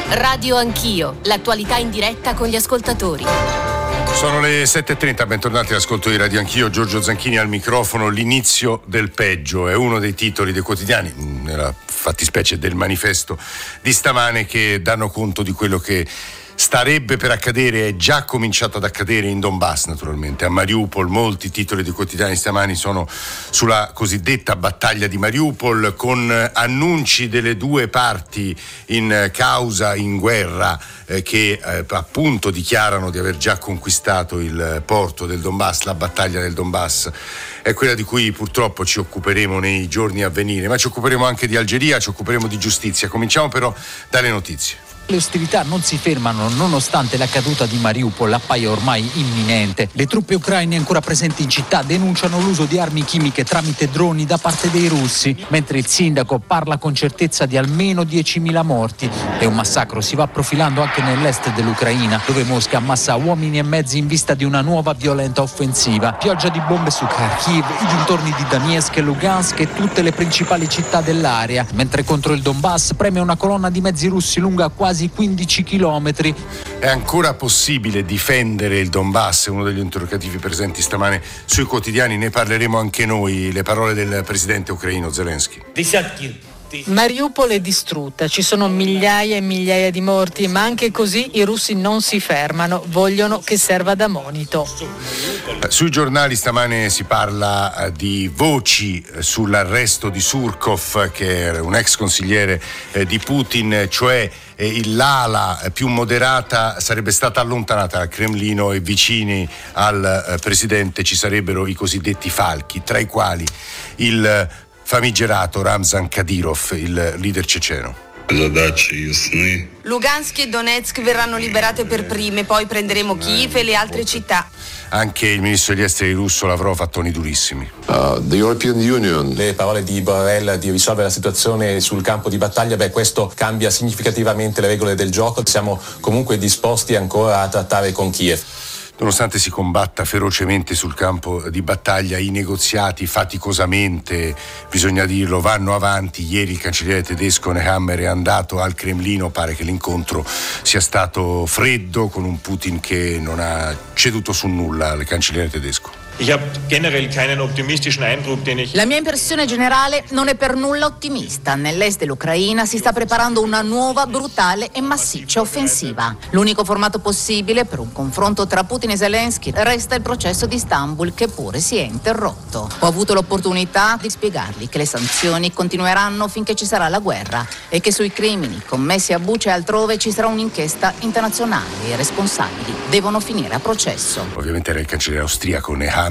Radio Anch'io, l'attualità in diretta con gli ascoltatori. Sono le 7.30, bentornati all'ascolto di Radio Anch'io, Giorgio Zanchini al microfono. L'inizio del peggio è uno dei titoli dei quotidiani, nella fattispecie del manifesto di stamane, che danno conto di quello che starebbe per accadere, è già cominciato ad accadere in Donbass, naturalmente, a Mariupol. Molti titoli dei quotidiani stamani sono sulla cosiddetta battaglia di Mariupol, con annunci delle due parti in causa, in guerra, che appunto dichiarano di aver già conquistato il porto del Donbass. La battaglia del Donbass è quella di cui purtroppo ci occuperemo nei giorni a venire, ma ci occuperemo anche di Algeria, ci occuperemo di giustizia. Cominciamo però dalle notizie. Le ostilità non si fermano nonostante la caduta di Mariupol appaia ormai imminente. Le truppe ucraine ancora presenti in città denunciano l'uso di armi chimiche tramite droni da parte dei russi, mentre il sindaco parla con certezza di almeno 10.000 morti. E un massacro si va profilando anche nell'est dell'Ucraina, dove Mosca ammassa uomini e mezzi in vista di una nuova violenta offensiva. Pioggia di bombe su Kharkiv, i dintorni di Donetsk e Lugansk e tutte le principali città dell'area, mentre contro il Donbass preme una colonna di mezzi russi lunga quasi 15 chilometri. È ancora possibile difendere il Donbass? È uno degli interrogativi presenti stamane sui quotidiani, ne parleremo anche noi. Le parole del presidente ucraino Zelensky. Mariupol è distrutta, ci sono migliaia e migliaia di morti, ma anche così i russi non si fermano, vogliono che serva da monito. Sui giornali stamane si parla di voci sull'arresto di Surkov, che era un ex consigliere di Putin, cioè l'ala più moderata sarebbe stata allontanata dal Cremlino e vicini al presidente ci sarebbero i cosiddetti falchi, tra i quali il famigerato Ramzan Kadyrov, il leader ceceno. Lugansk e Donetsk verranno liberate per prime, poi prenderemo Kiev e le altre città. Anche il ministro degli esteri russo Lavrov ha toni durissimi. Le parole di Borrell di risolvere la situazione sul campo di battaglia, questo cambia significativamente le regole del gioco. Siamo comunque disposti ancora a trattare con Kiev. Nonostante si combatta ferocemente sul campo di battaglia, i negoziati faticosamente, bisogna dirlo, vanno avanti. Ieri il cancelliere tedesco Nehammer è andato al Cremlino, pare che l'incontro sia stato freddo, con un Putin che non ha ceduto su nulla al cancelliere tedesco. La mia impressione generale non è per nulla ottimista. Nell'est dell'Ucraina si sta preparando una nuova, brutale e massiccia offensiva. L'unico formato possibile per un confronto tra Putin e Zelensky resta il processo di Istanbul, che pure si è interrotto. Ho avuto l'opportunità di spiegargli che le sanzioni continueranno finché ci sarà la guerra e che sui crimini commessi a Bucha e altrove ci sarà un'inchiesta internazionale e i responsabili devono finire a processo. Ovviamente era il cancelliere austriaco Nehammer.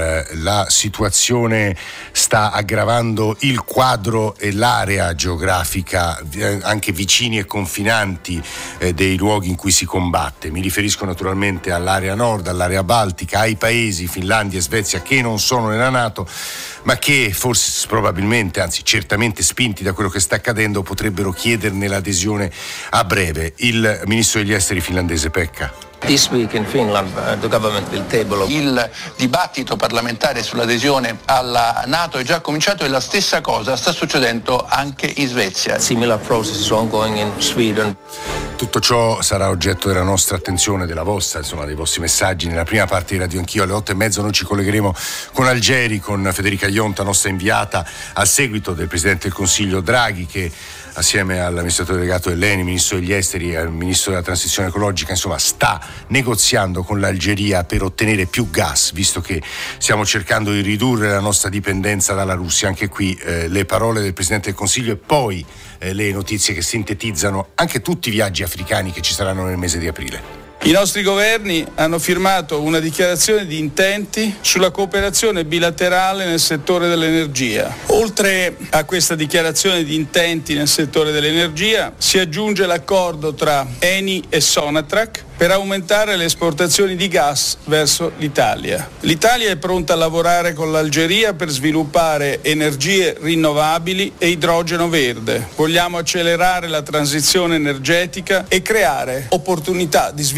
La situazione sta aggravando il quadro e l'area geografica, anche vicini e confinanti dei luoghi in cui si combatte. Mi riferisco naturalmente all'area nord, all'area baltica, ai paesi Finlandia e Svezia che non sono nella NATO, ma che forse, probabilmente, anzi certamente spinti da quello che sta accadendo, potrebbero chiederne l'adesione a breve. Il ministro degli esteri finlandese Pekka. This week in Finland the government will table. Il dibattito parlamentare sull'adesione alla NATO è già cominciato e la stessa cosa sta succedendo anche in Svezia. Similar process is ongoing in Sweden. Tutto ciò sarà oggetto della nostra attenzione, della vostra, insomma, dei vostri messaggi. Nella prima parte di Radio Anch'io alle 8:30 noi ci collegheremo con Algeri, con Federica Ionta, nostra inviata, al seguito del Presidente del Consiglio Draghi, che assieme all'amministratore delegato dell'ENI, ministro degli esteri e al ministro della transizione ecologica, insomma, sta negoziando con l'Algeria per ottenere più gas, visto che stiamo cercando di ridurre la nostra dipendenza dalla Russia. Anche qui le parole del Presidente del Consiglio e poi le notizie che sintetizzano anche tutti i viaggi africani che ci saranno nel mese di aprile. I nostri governi hanno firmato una dichiarazione di intenti sulla cooperazione bilaterale nel settore dell'energia. Oltre a questa dichiarazione di intenti nel settore dell'energia si aggiunge l'accordo tra Eni e Sonatrach per aumentare le esportazioni di gas verso l'Italia. L'Italia è pronta a lavorare con l'Algeria per sviluppare energie rinnovabili e idrogeno verde. Vogliamo accelerare la transizione energetica e creare opportunità di sviluppo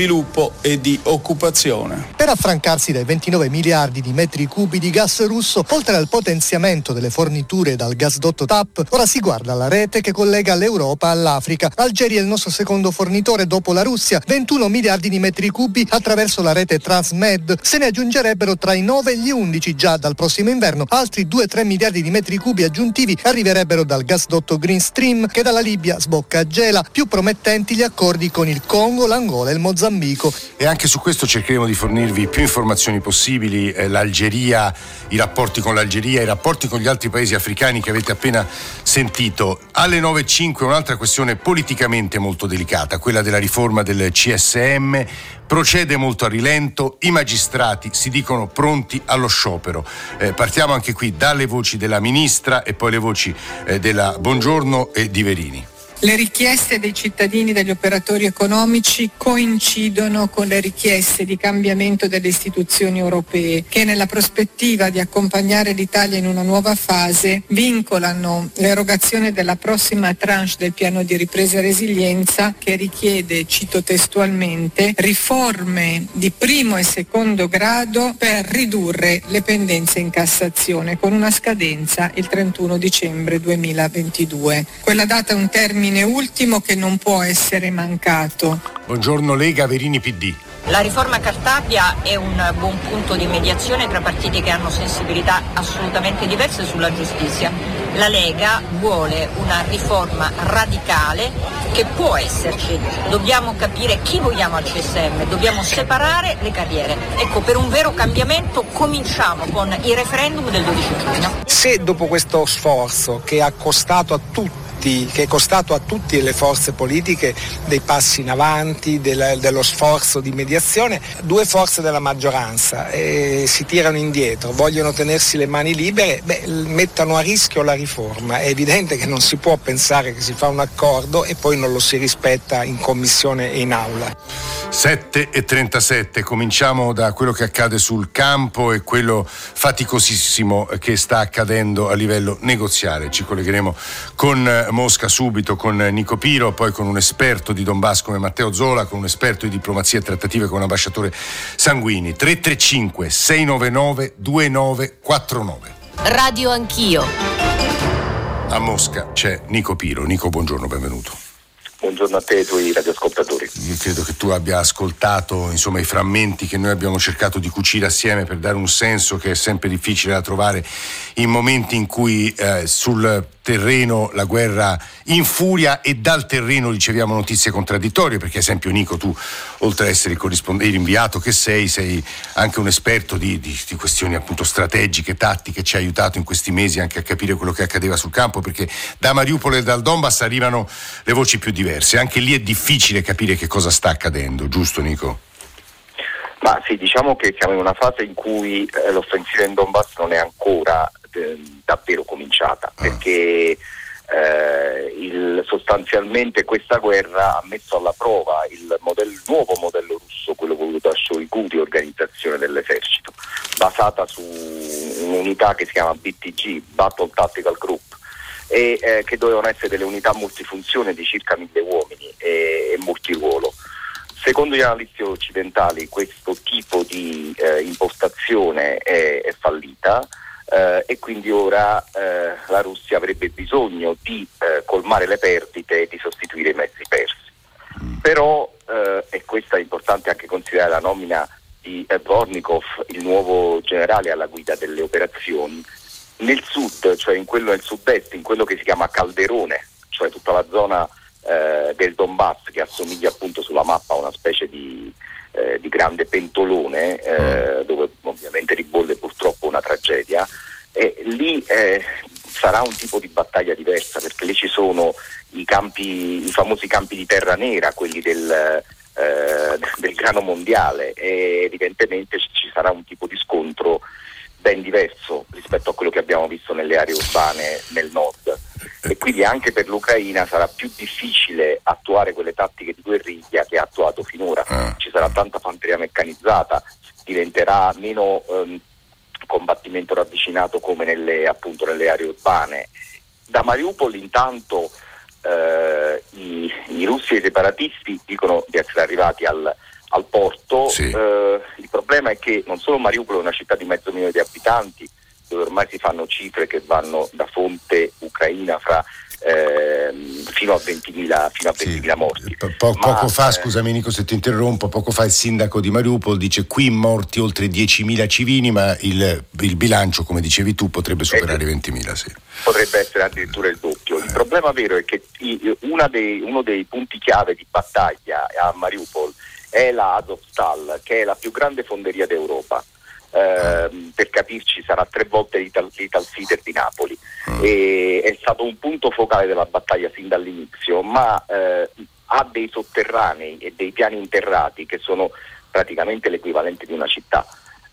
sviluppo e di occupazione. Per affrancarsi dai 29 miliardi di metri cubi di gas russo, oltre al potenziamento delle forniture dal gasdotto TAP, ora si guarda alla rete che collega l'Europa all'Africa. Algeria è il nostro secondo fornitore dopo la Russia, 21 miliardi di metri cubi attraverso la rete Transmed. Se ne aggiungerebbero tra i 9 e gli 11 già dal prossimo inverno. Altri 2-3 miliardi di metri cubi aggiuntivi arriverebbero dal gasdotto Green Stream che dalla Libia sbocca a Gela. Più promettenti gli accordi con il Congo, l'Angola e il Mozambico. E anche su questo cercheremo di fornirvi più informazioni possibili. L'Algeria, i rapporti con l'Algeria, i rapporti con gli altri paesi africani che avete appena sentito. Alle 9.05 un'altra questione politicamente molto delicata, quella della riforma del CSM. Procede molto a rilento, i magistrati si dicono pronti allo sciopero. Partiamo anche qui dalle voci della ministra e poi le voci della Bongiorno e di Verini. Le richieste dei cittadini e degli operatori economici coincidono con le richieste di cambiamento delle istituzioni europee che, nella prospettiva di accompagnare l'Italia in una nuova fase, vincolano l'erogazione della prossima tranche del piano di ripresa e resilienza che richiede, cito testualmente, riforme di primo e secondo grado per ridurre le pendenze in Cassazione con una scadenza il 31 dicembre 2022. Quella data è un termine ultimo che non può essere mancato. Buongiorno Lega, Verini PD. La riforma Cartabia è un buon punto di mediazione tra partiti che hanno sensibilità assolutamente diverse sulla giustizia. La Lega vuole una riforma radicale che può esserci. Dobbiamo capire chi vogliamo al CSM, dobbiamo separare le carriere. Ecco, per un vero cambiamento cominciamo con il referendum del 12 giugno. Se dopo questo sforzo che ha costato a tutti, che è costato a tutte le forze politiche dei passi in avanti, dello sforzo di mediazione, due forze della maggioranza si tirano indietro, vogliono tenersi le mani libere, mettano a rischio la riforma. È evidente che non si può pensare che si fa un accordo e poi non lo si rispetta in commissione e in aula. 7:37, cominciamo da quello che accade sul campo e quello faticosissimo che sta accadendo a livello negoziale. Ci collegheremo con Mosca subito, con Nico Piro, poi con un esperto di Donbass come Matteo Zola, con un esperto di diplomazia e trattative come l'ambasciatore Sanguini. 335 699 2949. Radio Anch'io. A Mosca c'è Nico Piro. Nico, buongiorno, benvenuto. Buongiorno a te e ai tuoi radioascoltatori. Io credo che tu abbia ascoltato i frammenti che noi abbiamo cercato di cucire assieme per dare un senso che è sempre difficile da trovare in momenti in cui sul terreno la guerra infuria e dal terreno riceviamo notizie contraddittorie, perché ad esempio Nico, tu oltre ad essere il inviato che sei anche un esperto di questioni appunto strategiche, tattiche, ci ha aiutato in questi mesi anche a capire quello che accadeva sul campo, perché da Mariupol e dal Donbass arrivano le voci più diverse, anche lì è difficile capire che cosa sta accadendo, giusto Nico? Ma sì, diciamo che siamo in una fase in cui l'offensiva in Donbass non è ancora davvero cominciata, perché sostanzialmente questa guerra ha messo alla prova il nuovo modello russo, quello voluto da Shoigu, di organizzazione dell'esercito, basata su un'unità che si chiama BTG, Battle Tactical Group, e che dovevano essere delle unità multifunzione di circa 1000 uomini e multiruolo. Secondo gli analisti occidentali questo tipo di impostazione è fallita, e quindi ora la Russia avrebbe bisogno di colmare le perdite e di sostituire i mezzi persi. Però, e questo è importante anche considerare la nomina di Vornikov, il nuovo generale alla guida delle operazioni, nel sud, cioè nel sud-est, in quello che si chiama Calderone, cioè tutta la zona del Donbass, che assomiglia appunto sulla mappa a una specie di grande pentolone, dove ovviamente ribolle purtroppo una tragedia, e lì sarà un tipo di battaglia diversa, perché lì ci sono i famosi campi di terra nera, quelli del grano mondiale, e evidentemente ci sarà un tipo di scontro ben diverso rispetto a quello che abbiamo visto nelle aree urbane nel nord, e quindi anche per l'Ucraina sarà più difficile attuare quelle tattiche di guerriglia che ha attuato finora. Ci sarà tanta fanteria meccanizzata, diventerà meno combattimento ravvicinato come nelle aree urbane. Da Mariupol intanto i russi e i separatisti dicono di essere arrivati al al porto. Sì. Il problema è che non solo Mariupol è una città di 500.000 di abitanti, dove ormai si fanno cifre che vanno da fonte ucraina fino a 20.000 morti. Poco fa, scusami Nico se ti interrompo, poco fa il sindaco di Mariupol dice qui morti oltre 10.000 civili, ma il bilancio, come dicevi tu, potrebbe superare i 20.000. Sì. Potrebbe essere addirittura il doppio. Il problema vero è che uno dei punti chiave di battaglia a Mariupol è la Azovstal, che è la più grande fonderia d'Europa. Per capirci, sarà 3 volte l'Ital Feeder di Napoli. E è stato un punto focale della battaglia sin dall'inizio, ma ha dei sotterranei e dei piani interrati che sono praticamente l'equivalente di una città.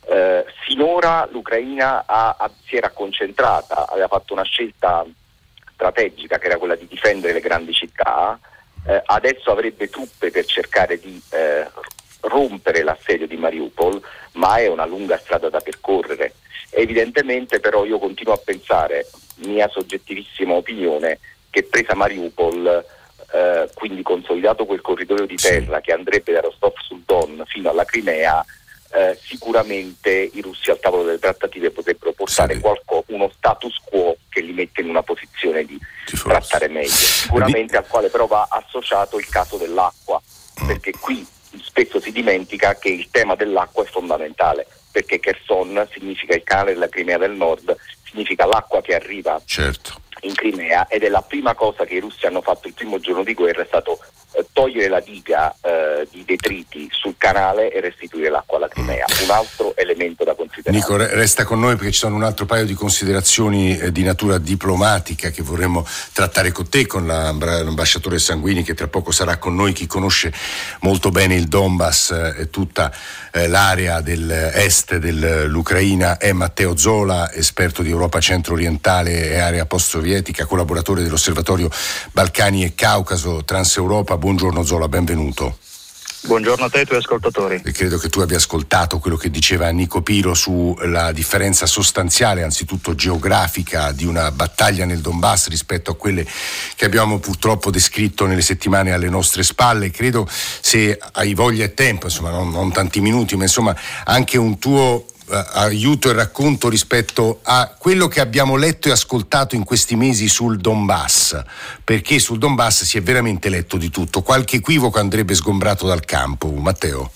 Sinora l'Ucraina si era concentrata, aveva fatto una scelta strategica che era quella di difendere le grandi città. Adesso avrebbe truppe per cercare di rompere l'assedio di Mariupol, ma è una lunga strada da percorrere. Evidentemente però io continuo a pensare, mia soggettivissima opinione, che presa Mariupol, quindi consolidato quel corridoio di terra che andrebbe da Rostov sul Don fino alla Crimea, sicuramente i russi al tavolo delle trattative potrebbero portare uno status quo che li mette in una posizione di trattare meglio, sicuramente al quale però va associato il caso dell'acqua, perché qui spesso si dimentica che il tema dell'acqua è fondamentale, perché Kherson significa il canale della Crimea del Nord, significa l'acqua che arriva in Crimea, ed è la prima cosa che i russi hanno fatto il primo giorno di guerra, è stato togliere la diga di detriti sul canale e restituire l'acqua alla Crimea. Un altro elemento da considerare. Nico, resta con noi perché ci sono un altro paio di considerazioni di natura diplomatica che vorremmo trattare con te, con l'ambasciatore Sanguini, che tra poco sarà con noi. Chi conosce molto bene il Donbass e tutta l'area dell'est dell'Ucraina è Matteo Zola, esperto di Europa centro-orientale e area post-sovietica, collaboratore dell'Osservatorio Balcani e Caucaso Transeuropa. Buongiorno Zola, benvenuto. Buongiorno a te e ai tuoi ascoltatori. E credo che tu abbia ascoltato quello che diceva Nico Piro sulla differenza sostanziale, anzitutto geografica, di una battaglia nel Donbass rispetto a quelle che abbiamo purtroppo descritto nelle settimane alle nostre spalle. Credo, se hai voglia e tempo, insomma non tanti minuti, ma insomma anche un tuo aiuto e racconto rispetto a quello che abbiamo letto e ascoltato in questi mesi sul Donbass, perché sul Donbass si è veramente letto di tutto. Qualche equivoco andrebbe sgombrato dal campo, Matteo.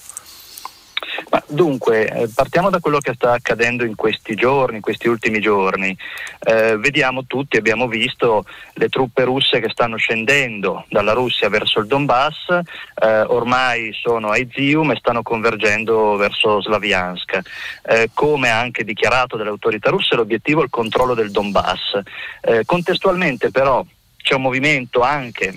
Ma dunque, partiamo da quello che sta accadendo in questi giorni, in questi ultimi giorni. Vediamo tutti, abbiamo visto le truppe russe che stanno scendendo dalla Russia verso il Donbass, ormai sono a Izium e stanno convergendo verso Slaviansk. Come anche dichiarato dalle autorità russe, l'obiettivo è il controllo del Donbass. Contestualmente però c'è un movimento anche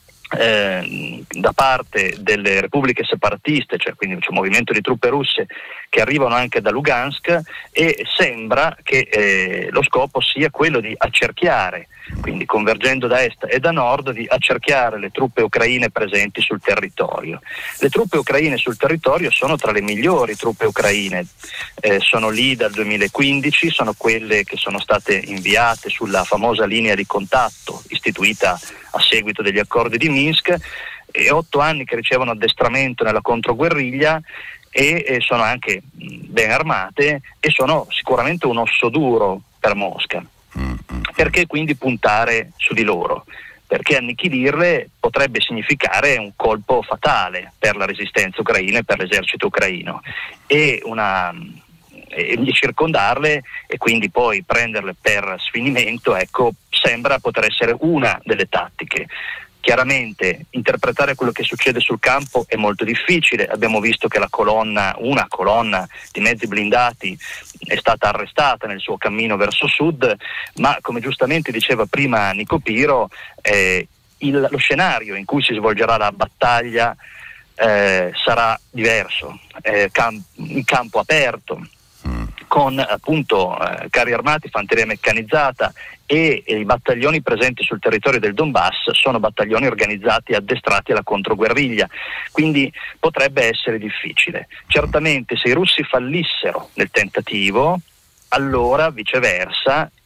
da parte delle repubbliche separatiste, cioè quindi c'è un movimento di truppe russe che arrivano anche da Lugansk, e sembra che lo scopo sia quello di accerchiare, quindi convergendo da est e da nord, di accerchiare le truppe ucraine presenti sul territorio. Le truppe ucraine sul territorio sono tra le migliori truppe ucraine, sono lì dal 2015, sono quelle che sono state inviate sulla famosa linea di contatto istituita a seguito degli accordi di Minsk, e 8 anni che ricevono addestramento nella controguerriglia, e sono anche ben armate e sono sicuramente un osso duro per Mosca. Perché quindi puntare su di loro? Perché annichilirle potrebbe significare un colpo fatale per la resistenza ucraina e per l'esercito ucraino, e circondarle e quindi poi prenderle per sfinimento, ecco, sembra poter essere una delle tattiche. Chiaramente interpretare quello che succede sul campo è molto difficile. Abbiamo visto che una colonna di mezzi blindati è stata arrestata nel suo cammino verso sud, ma come giustamente diceva prima Nico Piro, lo scenario in cui si svolgerà la battaglia sarà diverso, in campo aperto, con appunto carri armati, fanteria meccanizzata, e i battaglioni presenti sul territorio del Donbass sono battaglioni organizzati e addestrati alla controguerriglia, quindi potrebbe essere difficile. Certamente se i russi fallissero nel tentativo, allora viceversa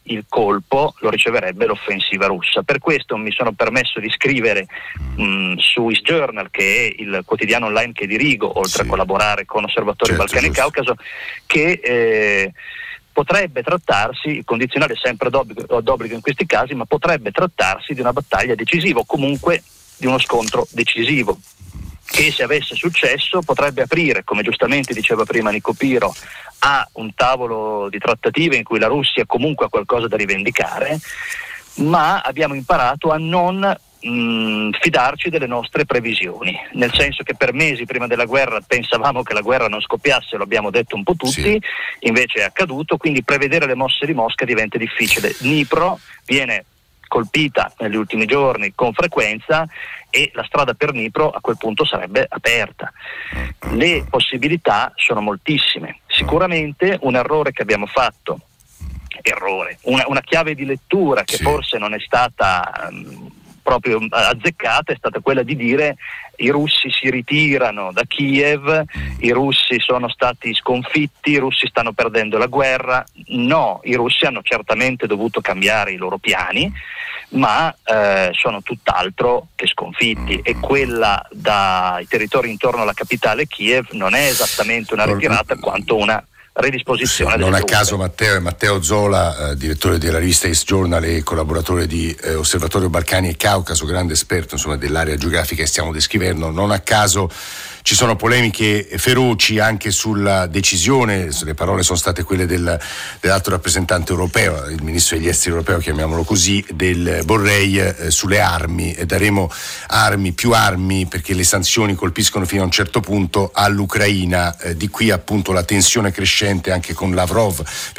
il colpo lo riceverebbe l'offensiva russa. Per questo mi sono permesso di scrivere su East Journal, che è il quotidiano online che dirigo, oltre a collaborare con Osservatorio Balcani e Caucaso, che potrebbe trattarsi, il condizionale è sempre d'obbligo in questi casi, ma potrebbe trattarsi di una battaglia decisiva o comunque di uno scontro decisivo, che se avesse successo potrebbe aprire, come giustamente diceva prima Nico Piro, a un tavolo di trattative in cui la Russia comunque ha qualcosa da rivendicare, ma abbiamo imparato a non fidarci delle nostre previsioni, nel senso che per mesi prima della guerra pensavamo che la guerra non scoppiasse, lo abbiamo detto un po' tutti, invece è accaduto, quindi prevedere le mosse di Mosca diventa difficile. Dnipro viene colpita negli ultimi giorni con frequenza e la strada per Dnipro a quel punto sarebbe aperta. Le possibilità sono moltissime. Sicuramente un errore che abbiamo fatto, una chiave di lettura che forse non è stata proprio azzeccata, è stata quella di dire i russi si ritirano da Kiev, i russi sono stati sconfitti, i russi stanno perdendo la guerra. No, i russi hanno certamente dovuto cambiare i loro piani, ma sono tutt'altro che sconfitti, e quella dai territori intorno alla capitale Kiev non è esattamente una ritirata quanto una redisposizione. Non a caso Matteo Zola, direttore della rivista East Journal e collaboratore di Osservatorio Balcani e Caucaso, grande esperto insomma dell'area geografica che stiamo descrivendo, non a caso ci sono polemiche feroci anche sulla decisione, le parole sono state quelle dell'alto rappresentante europeo, il ministro degli esteri europeo, chiamiamolo così, del Borrell, sulle armi. Daremo più armi perché le sanzioni colpiscono fino a un certo punto all'Ucraina, di qui appunto la tensione crescente anche con Lavrov.